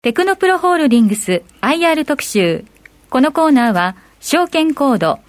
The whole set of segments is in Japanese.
テクノプロホールディングス IR 特集。このコーナーは証券コード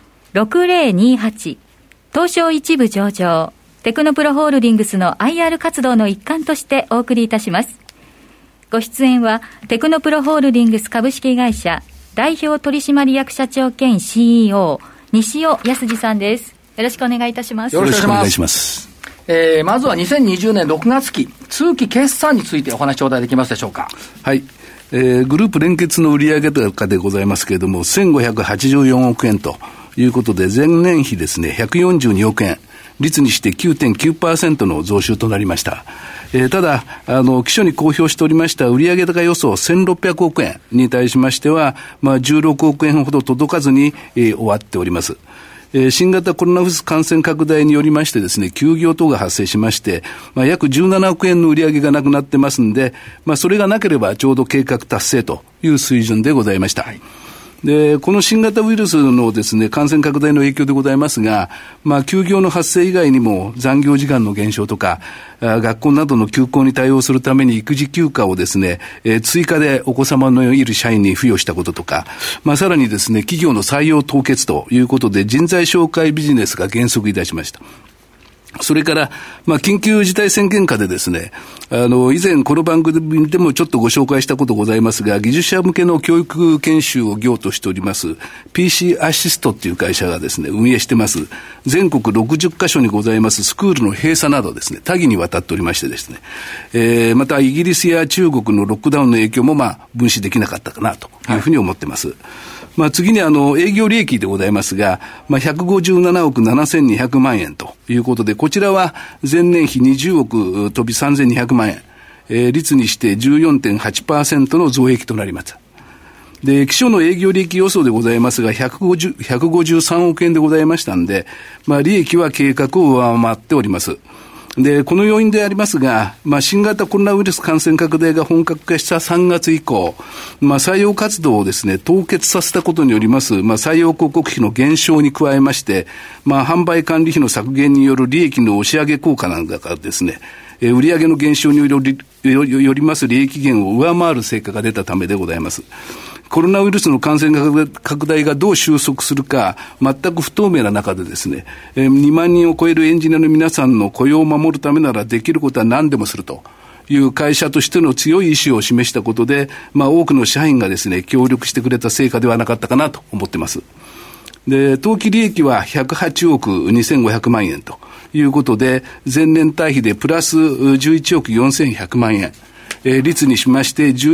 6028東証一部上場テクノプロホールディングスの IR 活動の一環としてお送りいたします。ご出演はテクノプロホールディングス株式会社代表取締役社長兼 CEO 西尾康二さんです。よろしくお願いいたします。 よろしくお願いします。まずは2020年6月期通期決算についてお話頂戴できますでしょうか。 はい、グループ連結の売上高でございますけれども1584億円ということで前年比ですね142億円率にして 9.9% の増収となりました。ただ期初に公表しておりました売上高予想1600億円に対しましては、16億円ほど届かずに、終わっております。新型コロナウイルス感染拡大によりましてですね、休業等が発生しまして、約17億円の売上がなくなってますんで、それがなければちょうど計画達成という水準でございました。はい。で、この新型ウイルスのですね、感染拡大の影響でございますが、休業の発生以外にも残業時間の減少とか、学校などの休校に対応するために育児休暇をですね、追加でお子様のいる社員に付与したこととか、さらにですね、企業の採用凍結ということで人材紹介ビジネスが減速いたしました。それから、緊急事態宣言下でですね、以前この番組でもちょっとご紹介したことございますが、技術者向けの教育研修を業としております PC アシストっていう会社がですね、運営してます、全国60カ所にございますスクールの閉鎖などですね、多岐にわたっておりましてですね、またイギリスや中国のロックダウンの影響も分子できなかったかなというふうに思っています。次に営業利益でございますが、157億7200万円ということで、こちらは前年比20億飛び3200万円、率にして 14.8% の増益となりました。で、期初の営業利益予想でございますが、153億円でございましたんで、利益は計画を上回っております。で、この要因でありますが、新型コロナウイルス感染拡大が本格化した3月以降、採用活動をですね、凍結させたことによります、採用広告費の減少に加えまして、販売管理費の削減による利益の押し上げ効果なんだからですね、売上の減少によります利益減を上回る成果が出たためでございます。コロナウイルスの感染拡大がどう収束するか全く不透明な中でですね、2万人を超えるエンジニアの皆さんの雇用を守るためならできることは何でもするという会社としての強い意志を示したことで、多くの社員がですね、協力してくれた成果ではなかったかなと思っています。で、当期利益は108億2500万円ということで、前年対比でプラス11億4100万円。率にしまして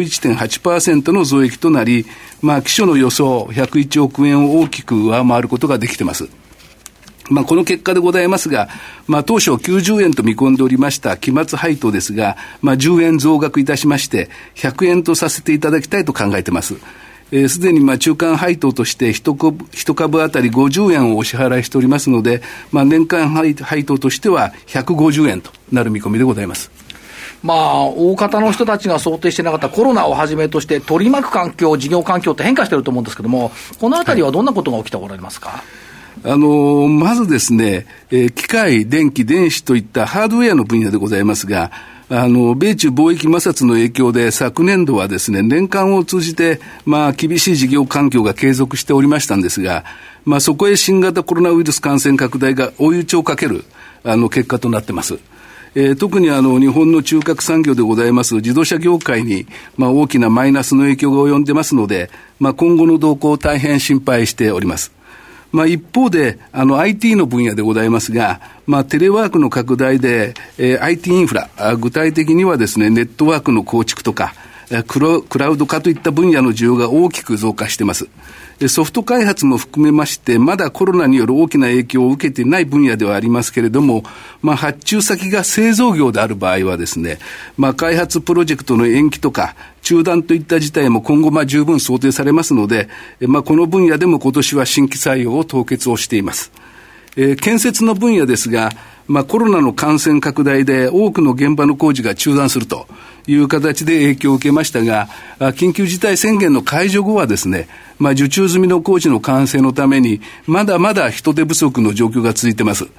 11.8% の増益となり、期初の予想101億円を大きく上回ることができています。この結果でございますが、当初90円と見込んでおりました期末配当ですが、10円増額いたしまして100円とさせていただきたいと考えています。すでに中間配当として1株あたり50円をお支払いしておりますので、年間配当としては150円となる見込みでございます。 大方の人たちが想定してなかったコロナをはじめとして取り巻く環境、事業環境って変化してると思うんですけども、このあたりはどんなことが起きておられますか。 まずですね、機械、電気、電子といったハードウェアの分野でございますが、米中貿易摩擦の影響で昨年度はですね、年間を通じて、厳しい事業環境が継続しておりましたんですが、そこへ新型コロナウイルス感染拡大が追い打ちをかける、結果となっています。特に日本の中核産業でございます自動車業界に、大きなマイナスの影響が及んでますので、今後の動向を大変心配しております。一方でIT の分野でございますが、テレワークの拡大で、IT インフラ、具体的にはですね、ネットワークの構築とかクラウド化といった分野の需要が大きく増加しています。ソフト開発も含めましてまだコロナによる大きな影響を受けていない分野ではありますけれども、発注先が製造業である場合はですね、開発プロジェクトの延期とか中断といった事態も今後十分想定されますので、この分野でも今年は新規採用を凍結をしています。建設の分野ですが、コロナの感染拡大で多くの現場の工事が中断するという形で影響を受けましたが、緊急事態宣言の解除後はですね、受注済みの工事の完成のためにまだまだ人手不足の状況が続いています。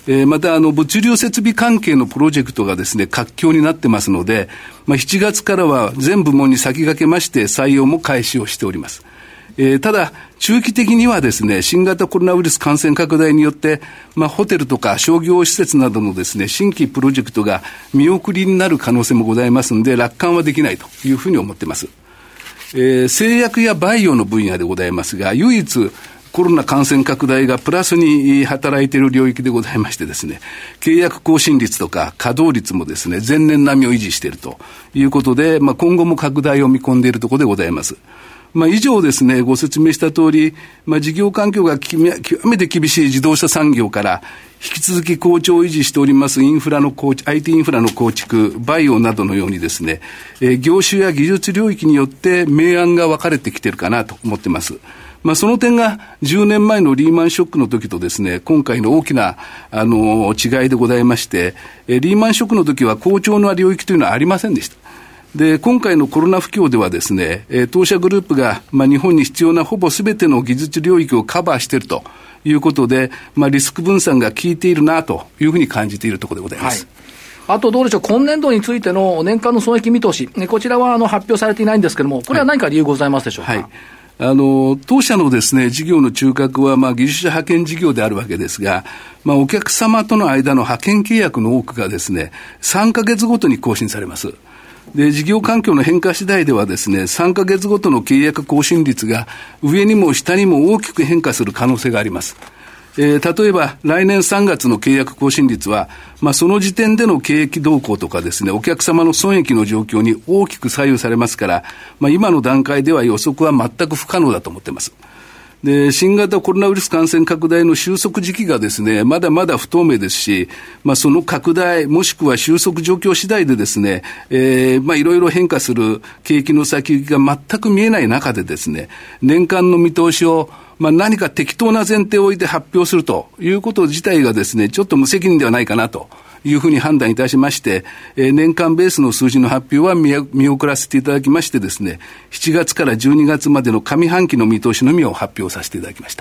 また物流設備関係のプロジェクトがですね、活況になってますので、7月からは全部門に先駆けまして採用も開始をしております。ただ、中期的にはですね、新型コロナウイルス感染拡大によって、ホテルとか商業施設などのですね、新規プロジェクトが見送りになる可能性もございますので、楽観はできないというふうに思っています。製薬やバイオの分野でございますが、唯一、コロナ感染拡大がプラスに働いている領域でございましてですね、契約更新率とか稼働率もですね、前年並みを維持しているということで、今後も拡大を見込んでいるところでございます。以上ですね、ご説明した通り、事業環境が極めて厳しい自動車産業から、引き続き好調を維持しておりますインフラの構築、IT インフラの構築、バイオなどのようにですね、業種や技術領域によって明暗が分かれてきているかなと思っています。その点が10年前のリーマンショックの時とですね、今回の大きな、違いでございまして、リーマンショックの時は好調な領域というのはありませんでした。で、今回のコロナ不況ではですね、当社グループが、日本に必要なほぼ全ての技術領域をカバーしているということで、リスク分散が効いているなというふうに感じているところでございます。 はい、あとどうでしょう、今年度についての年間の損益見通し、こちらは発表されていないんですけれども、これは何か理由ございますでしょうか。 当社のですね、事業の中核は、技術者派遣事業であるわけですが、お客様との間の派遣契約の多くがですね、3ヶ月ごとに更新されます。で、事業環境の変化次第ではですね、3ヶ月ごとの契約更新率が上にも下にも大きく変化する可能性があります。例えば来年3月の契約更新率は、その時点での景気動向とかですね、お客様の損益の状況に大きく左右されますから、今の段階では予測は全く不可能だと思っています。で、新型コロナウイルス感染拡大の収束時期がですね、まだまだ不透明ですし、その拡大もしくは収束状況次第でですね、いろいろ変化する景気の先行きが全く見えない中でですね、年間の見通しを何か適当な前提を置いて発表するということ自体がですね、ちょっと無責任ではないかなというふうに判断いたしまして、年間ベースの数字の発表は見送らせていただきましてですね、7月から12月までの上半期の見通しのみを発表させていただきました。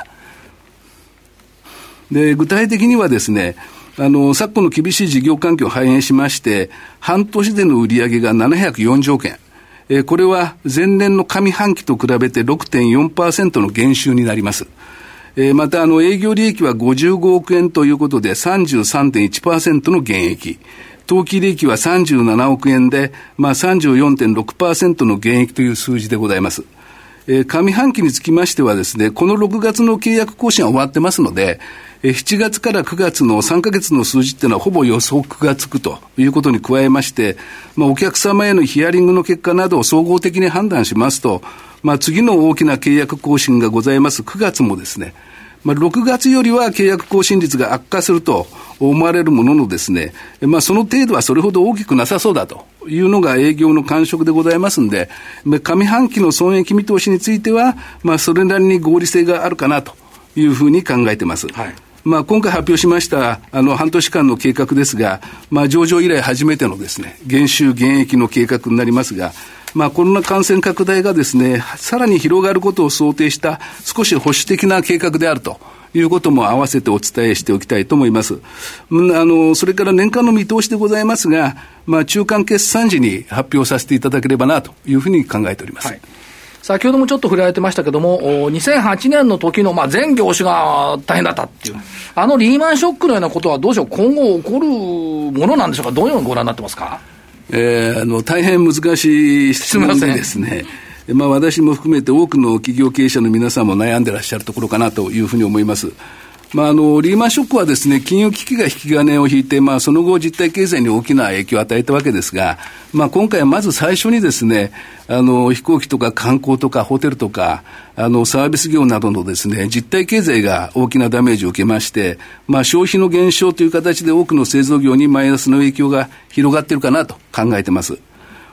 で、具体的にはですね、昨今の厳しい事業環境を反映しまして、半年での売上が740億円。これは前年の上半期と比べて 6.4% の減収になります。また営業利益は55億円ということで 33.1% の減益。当期利益は37億円で、34.6% の減益という数字でございます。上半期につきましてはですね、この6月の契約更新は終わってますので、7月から9月の3ヶ月の数字っていうのはほぼ予測がつくということに加えまして、お客様へのヒアリングの結果などを総合的に判断しますと、次の大きな契約更新がございます9月もですね、6月よりは契約更新率が悪化すると思われるもののですね、その程度はそれほど大きくなさそうだというのが営業の感触でございますので、上半期の損益見通しについては、それなりに合理性があるかなというふうに考えています。はい。今回発表しました半年間の計画ですが、上場以来初めてのですね、減収減益の計画になりますが、コロナ感染拡大がですね、さらに広がることを想定した少し保守的な計画であるということも合わせてお伝えしておきたいと思います。それから年間の見通しでございますが、中間決算時に発表させていただければなというふうに考えております。はい。 先ほどもちょっと触れられてましたけども、2008年の時の全業種が大変だったっていう、リーマンショックのようなことはどうでしょう、今後起こるものなんでしょうか、どのようにご覧になってますか。 大変難しい質問でですね、私も含めて多くの企業経営者の皆さんも悩んでらっしゃるところかなというふうに思います。リーマンショックはですね、金融危機が引き金を引いて、その後実体経済に大きな影響を与えたわけですが、今回はまず最初にですね、飛行機とか観光とかホテルとか、サービス業などのですね、実体経済が大きなダメージを受けまして、消費の減少という形で多くの製造業にマイナスの影響が広がっているかなと考えています。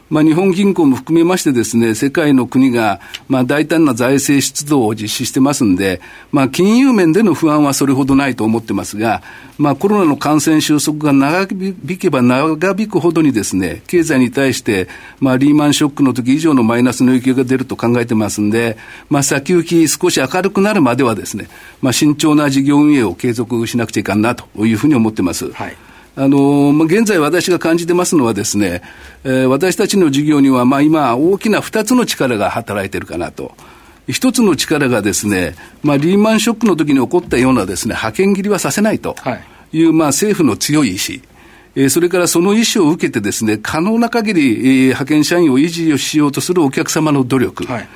日本銀行も含めましてですね、世界の国が、大胆な財政出動を実施してますんで、金融面での不安はそれほどないと思ってますが、コロナの感染収束が長引けば長引くほどにですね、経済に対して、リーマンショックの時以上のマイナスの影響が出ると考えてますんで、先行き少し明るくなるまではですね、慎重な事業運営を継続しなくちゃいかんなというふうに思ってます。はい。現在私が感じてますのはですね、私たちの事業には、今大きな2つの力が働いているかなと。一つの力がですね、リーマンショックの時に起こったようなですね、派遣切りはさせないという、政府の強い意志。それからその意思を受けてですね、可能な限り、派遣社員を維持をしようとするお客様の努力。はい。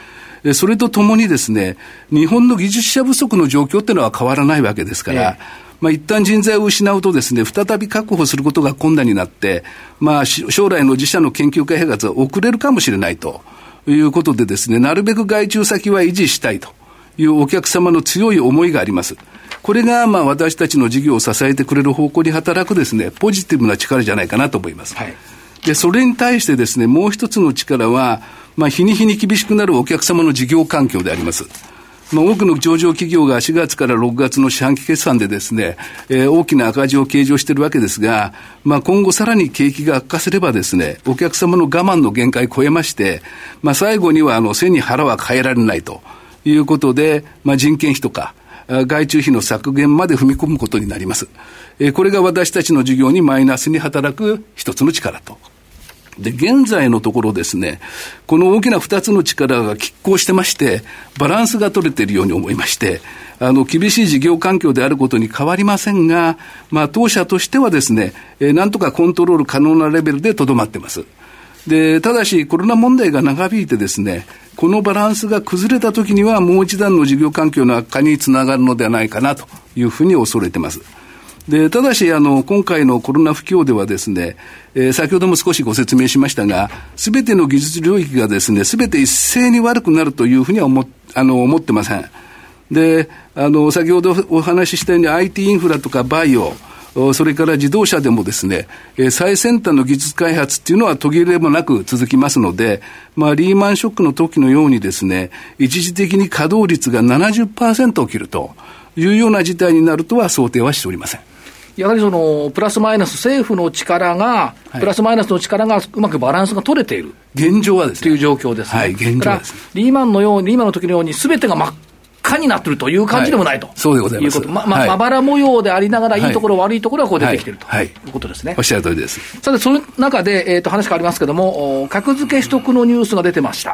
それとともにですね、日本の技術者不足の状況っていうのは変わらないわけですから、一旦人材を失うとですね、再び確保することが困難になって、将来の自社の研究開発は遅れるかもしれないということでですね、なるべく外注先は維持したいというお客様の強い思いがあります。これが私たちの事業を支えてくれる方向に働くですね、ポジティブな力じゃないかなと思います。はい。で、それに対してですね、もう一つの力は、日に日に厳しくなるお客様の事業環境であります。多くの上場企業が4月から6月の四半期決算でですね、大きな赤字を計上しているわけですが、今後さらに景気が悪化すればですね、お客様の我慢の限界を超えまして、最後には背に腹は変えられないということで、人件費とか外注費の削減まで踏み込むことになります。これが私たちの事業にマイナスに働く一つの力と。で、現在のところですね、この大きな2つの力が拮抗してまして、バランスが取れているように思いまして、厳しい事業環境であることに変わりませんが、当社としてはですね、なんとかコントロール可能なレベルでとどまっています。で、ただしコロナ問題が長引いてですね、このバランスが崩れたときにはもう一段の事業環境の悪化につながるのではないかなというふうに恐れています。で、ただし今回のコロナ不況ではですね、先ほども少しご説明しましたが、すべての技術領域がですね、すべて一斉に悪くなるというふうには思ってません。で、先ほどお話ししたように IT インフラとかバイオ、それから自動車でもですね、最先端の技術開発っていうのは途切れもなく続きますので、リーマンショックの時のようにですね、一時的に稼働率が 70% を切るというような事態になるとは想定はしておりません。 やはりプラスマイナス、政府の力が、プラスマイナスの力がうまくバランスが取れている。 現状はですね。 という状況ですね。 はい、現状はですね。 リーマンの時のように全てが真っ赤になっているという感じでもないと。 そうでございます。 いうこと。まばら模様でありながら、いいところ、悪いところがこう出てきているということですね。 おっしゃる通りです。 さて、その中で、話変わりますけれども、格付け取得のニュースが出てました。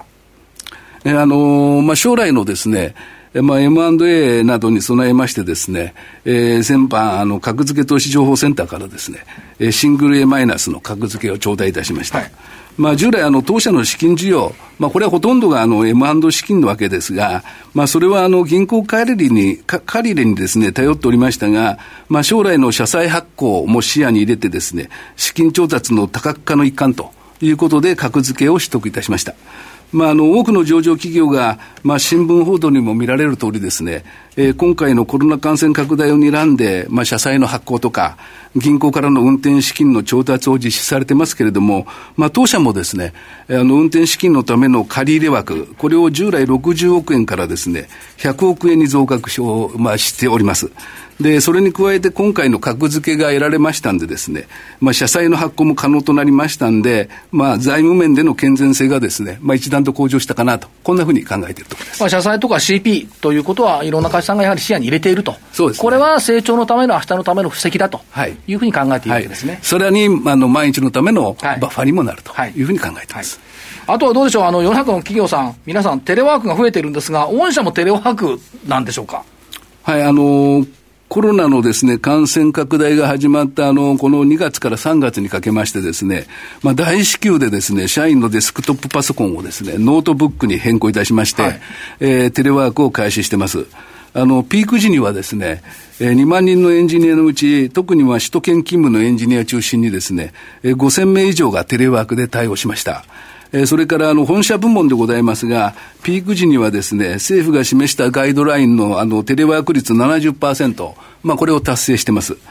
将来のですね、M&A などに備えましてですね、先般、格付け投資情報センターからですね、シングル A マイナスの格付けを頂戴いたしました。はい、従来、当社の資金需要、これはほとんどがM&A 資金のわけですが、それは銀行借り入れにですね、頼っておりましたが、将来の社債発行も視野に入れてですね、資金調達の多角化の一環ということで、格付けを取得いたしました。多くの上場企業が、新聞報道にも見られる通りですね、今回のコロナ感染拡大を睨んで、社債の発行とか、銀行からの運転資金の調達を実施されてますけれども、当社もですね、運転資金のための借り入れ枠、これを従来60億円からですね、100億円に増額しております。で、それに加えて今回の格付けが得られましたんでですね、社債の発行も可能となりましたんで、財務面での健全性がですね、一段と向上したかなと、こんなふうに考えているところです。 社債とか CP ということはいろんな会社さんがやはり視野に入れていると。 そうですね。 これは成長のための明日のための布石だというふうに考えているわけですね。 それに毎日のためのバッファにもなるというふうに考えています。 あとはどうでしょう、世の中の企業さん、皆さんテレワークが増えているんですが、御社もテレワークなんでしょうか。 はい、コロナのですね、感染拡大が始まったこの2月から3月にかけましてですね、大至急でですね、社員のデスクトップパソコンをですね、ノートブックに変更いたしまして、テレワークを開始してます。ピーク時にはですね、2万人のエンジニアのうち、特に首都圏勤務のエンジニア中心にですね、5000名以上がテレワークで対応しました。それから本社部門でございますが、ピーク時にはですね、政府が示したガイドラインのテレワーク率 70%、これを達成してます。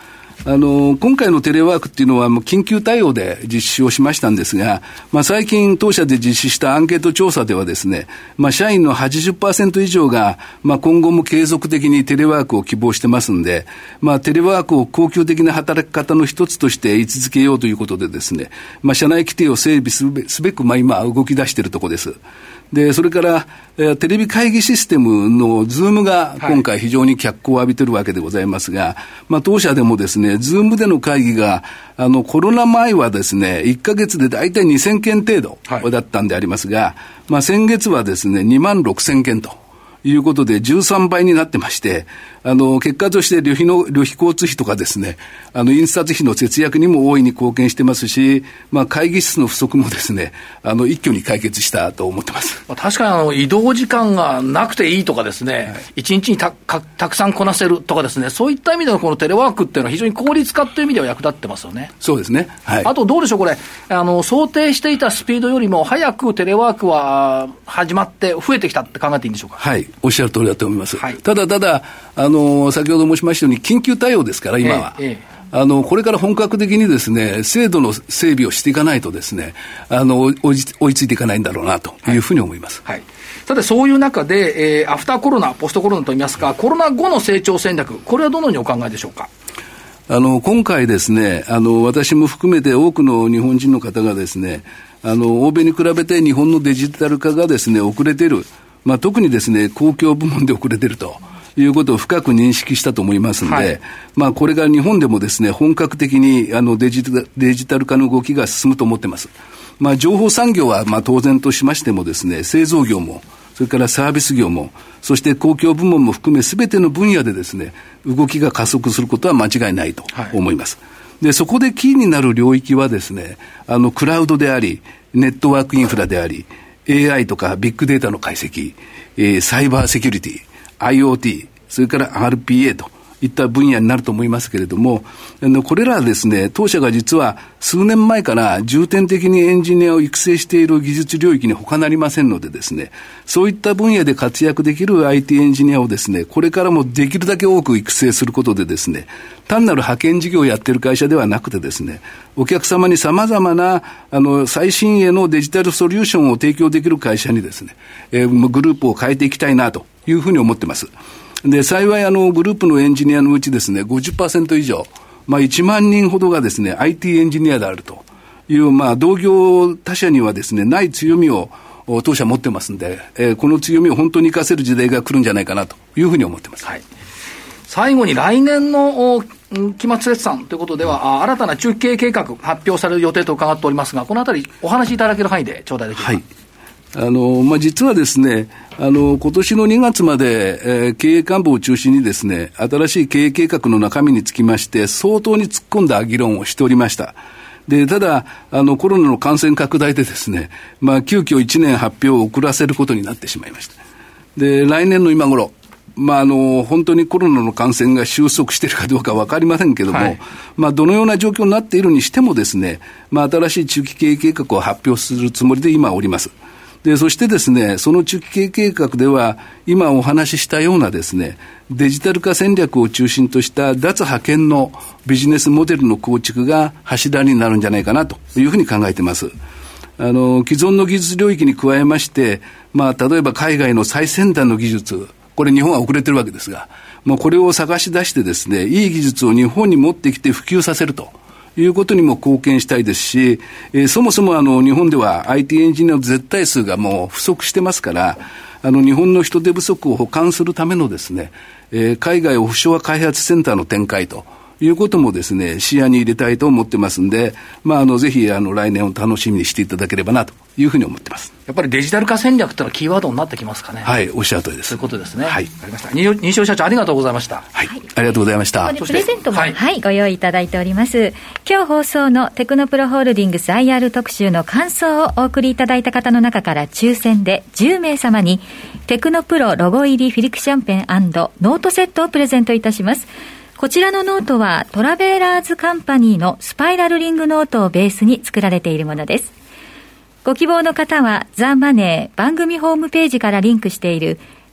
今回のテレワークっていうのはもう緊急対応で実施をしましたんですが、最近当社で実施したアンケート調査ではですね、社員の 80% 以上が、今後も継続的にテレワークを希望してますんで、テレワークを恒久的な働き方の一つとして位置づけようということでですね、社内規定を整備すべく、今動き出しているところです。で、それから、テレビ会議システムのズームが今回非常に脚光を浴びているわけでございますが、当社でもですね、ズームでの会議が、コロナ前はですね、1ヶ月で大体2000件程度だったんでありますが、先月はですね、26,000件ということで13倍になってまして、結果として旅費交通費とかですね、印刷費の節約にも大いに貢献してますし、会議室の不足もですね、一挙に解決したと思ってます。 確かに移動時間がなくていいとかですね、一日にたくさんこなせるとかですね、そういった意味でのこのテレワークっていうのは非常に効率化という意味では役立ってますよね。 そうですね。はい。 あとどうでしょう、これ、想定していたスピードよりも早くテレワークは始まって増えてきたって考えていいんでしょうか。 はい。おっしゃる通りだと思います。 はい、 ただ、先ほど申しましたように緊急対応ですから今は、これから本格的にですね制度の整備をしていかないとですね追いついていかないんだろうなというふうに思います。 はい。さてそういう中で、アフターコロナポストコロナといいますか、コロナ後の成長戦略、これはどのようにお考えでしょうか。 今回ですね私も含めて多くの日本人の方がですね欧米に比べて日本のデジタル化がですね遅れている、特にですね公共部門で遅れているということを深く認識したと思いますので、これが日本でもですね、本格的にデジタル化の動きが進むと思っています。情報産業は当然としましてもですね、製造業も、それからサービス業も、そして公共部門も含め全ての分野でですね、動きが加速することは間違いないと思います。で、そこでキーになる領域はですね、クラウドであり、ネットワークインフラであり、AI とかビッグデータの解析、サイバーセキュリティ、IoT、それから RPA といった分野になると思いますけれども、これらはですね、当社が実は数年前から重点的にエンジニアを育成している技術領域に他なりませんのでですね、そういった分野で活躍できる IT エンジニアをですね、これからもできるだけ多く育成することでですね、単なる派遣事業をやっている会社ではなくてですね、お客様に様々な最新鋭のデジタルソリューションを提供できる会社にですね、グループを変えていきたいなというふうに思っています。で、幸いグループのエンジニアのうちですね、50% 以上、1万人ほどがですね、IT エンジニアであるという、同業他社にはですね、ない強みを当社持ってますんで、この強みを本当に活かせる時代が来るんじゃないかなというふうに思ってます。はい。 最後に来年の期末決算ということでは、新たな中期経営計画発表される予定と伺っておりますが、このあたりお話しいただける範囲で頂戴できますか。はい。 実はですね、今年の2月まで、経営幹部を中心にですね、新しい経営計画の中身につきまして、相当に突っ込んだ議論をしておりました。で、ただ、コロナの感染拡大でですね、急遽1年発表を遅らせることになってしまいました。で、来年の今頃、本当にコロナの感染が収束しているかどうかわかりませんけども、はい、どのような状況になっているにしてもですね、新しい中期経営計画を発表するつもりで今おります。で、そしてですね、その中期経営計画では、今お話ししたようなですね、デジタル化戦略を中心とした脱派遣のビジネスモデルの構築が柱になるんじゃないかなというふうに考えています。既存の技術領域に加えまして、例えば海外の最先端の技術、これ日本は遅れてるわけですが、これを探し出してですね、いい技術を日本に持ってきて普及させるということにも貢献したいですし、そもそも日本では IT エンジニアの絶対数がもう不足してますから、日本の人手不足を補完するためのですね、海外オフショア開発センターの展開ということもですね、視野に入れたいと思ってますんで、ぜひ来年を楽しみにしていただければなというふうに思ってます。 やっぱりデジタル化戦略というのはキーワードになってきますかね。 はい、おっしゃる通りです。 そういうことですね。 はい。 わかりました。認証社長ありがとうございました。 はい。ありがとうございました。 ここでプレゼントも、ご用意いただいております。今日放送のテクノプロホールディングス IR 特集の感想をお送りいただいた方の中から抽選で10名様にテクノプロロゴ入りフィリクションペン&ノートセットをプレゼントいたします。こちらのノートはトラベラーズカンパニーのスパイラルリングノートをベースに作られているものです。ご希望の方はザ・マネー番組ホームページからリンクしている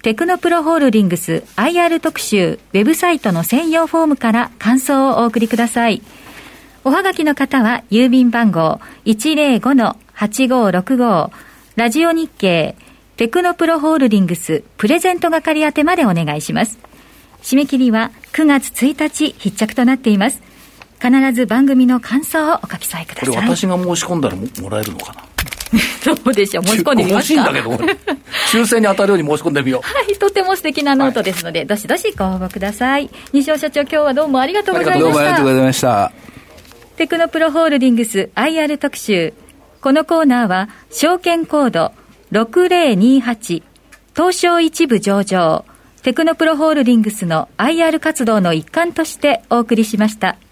テクノプロホールディングス IR 特集ウェブサイトの専用フォームから感想をお送りください。おはがきの方は郵便番号 105-8565 ラジオ日経テクノプロホールディングスプレゼント係宛てまでお願いします。締め切りは9月1日必着となっています。必ず番組の感想をお書き添えください。 これ私が申し込んだら もらえるのかな。 どうでしょう、申し込んでみますか。 欲しいんだけど抽選に当たるように申し込んでみよう。 はい、とても素敵なノートですので、どしどしご応募ください。西尾社長、今日はどうもありがとうございました。 どうもありがとうございました。 テクノプロホールディングス IR 特集。このコーナーは証券コード6028東証一部上場テクノプロホールディングスの IR 活動の一環としてお送りしました。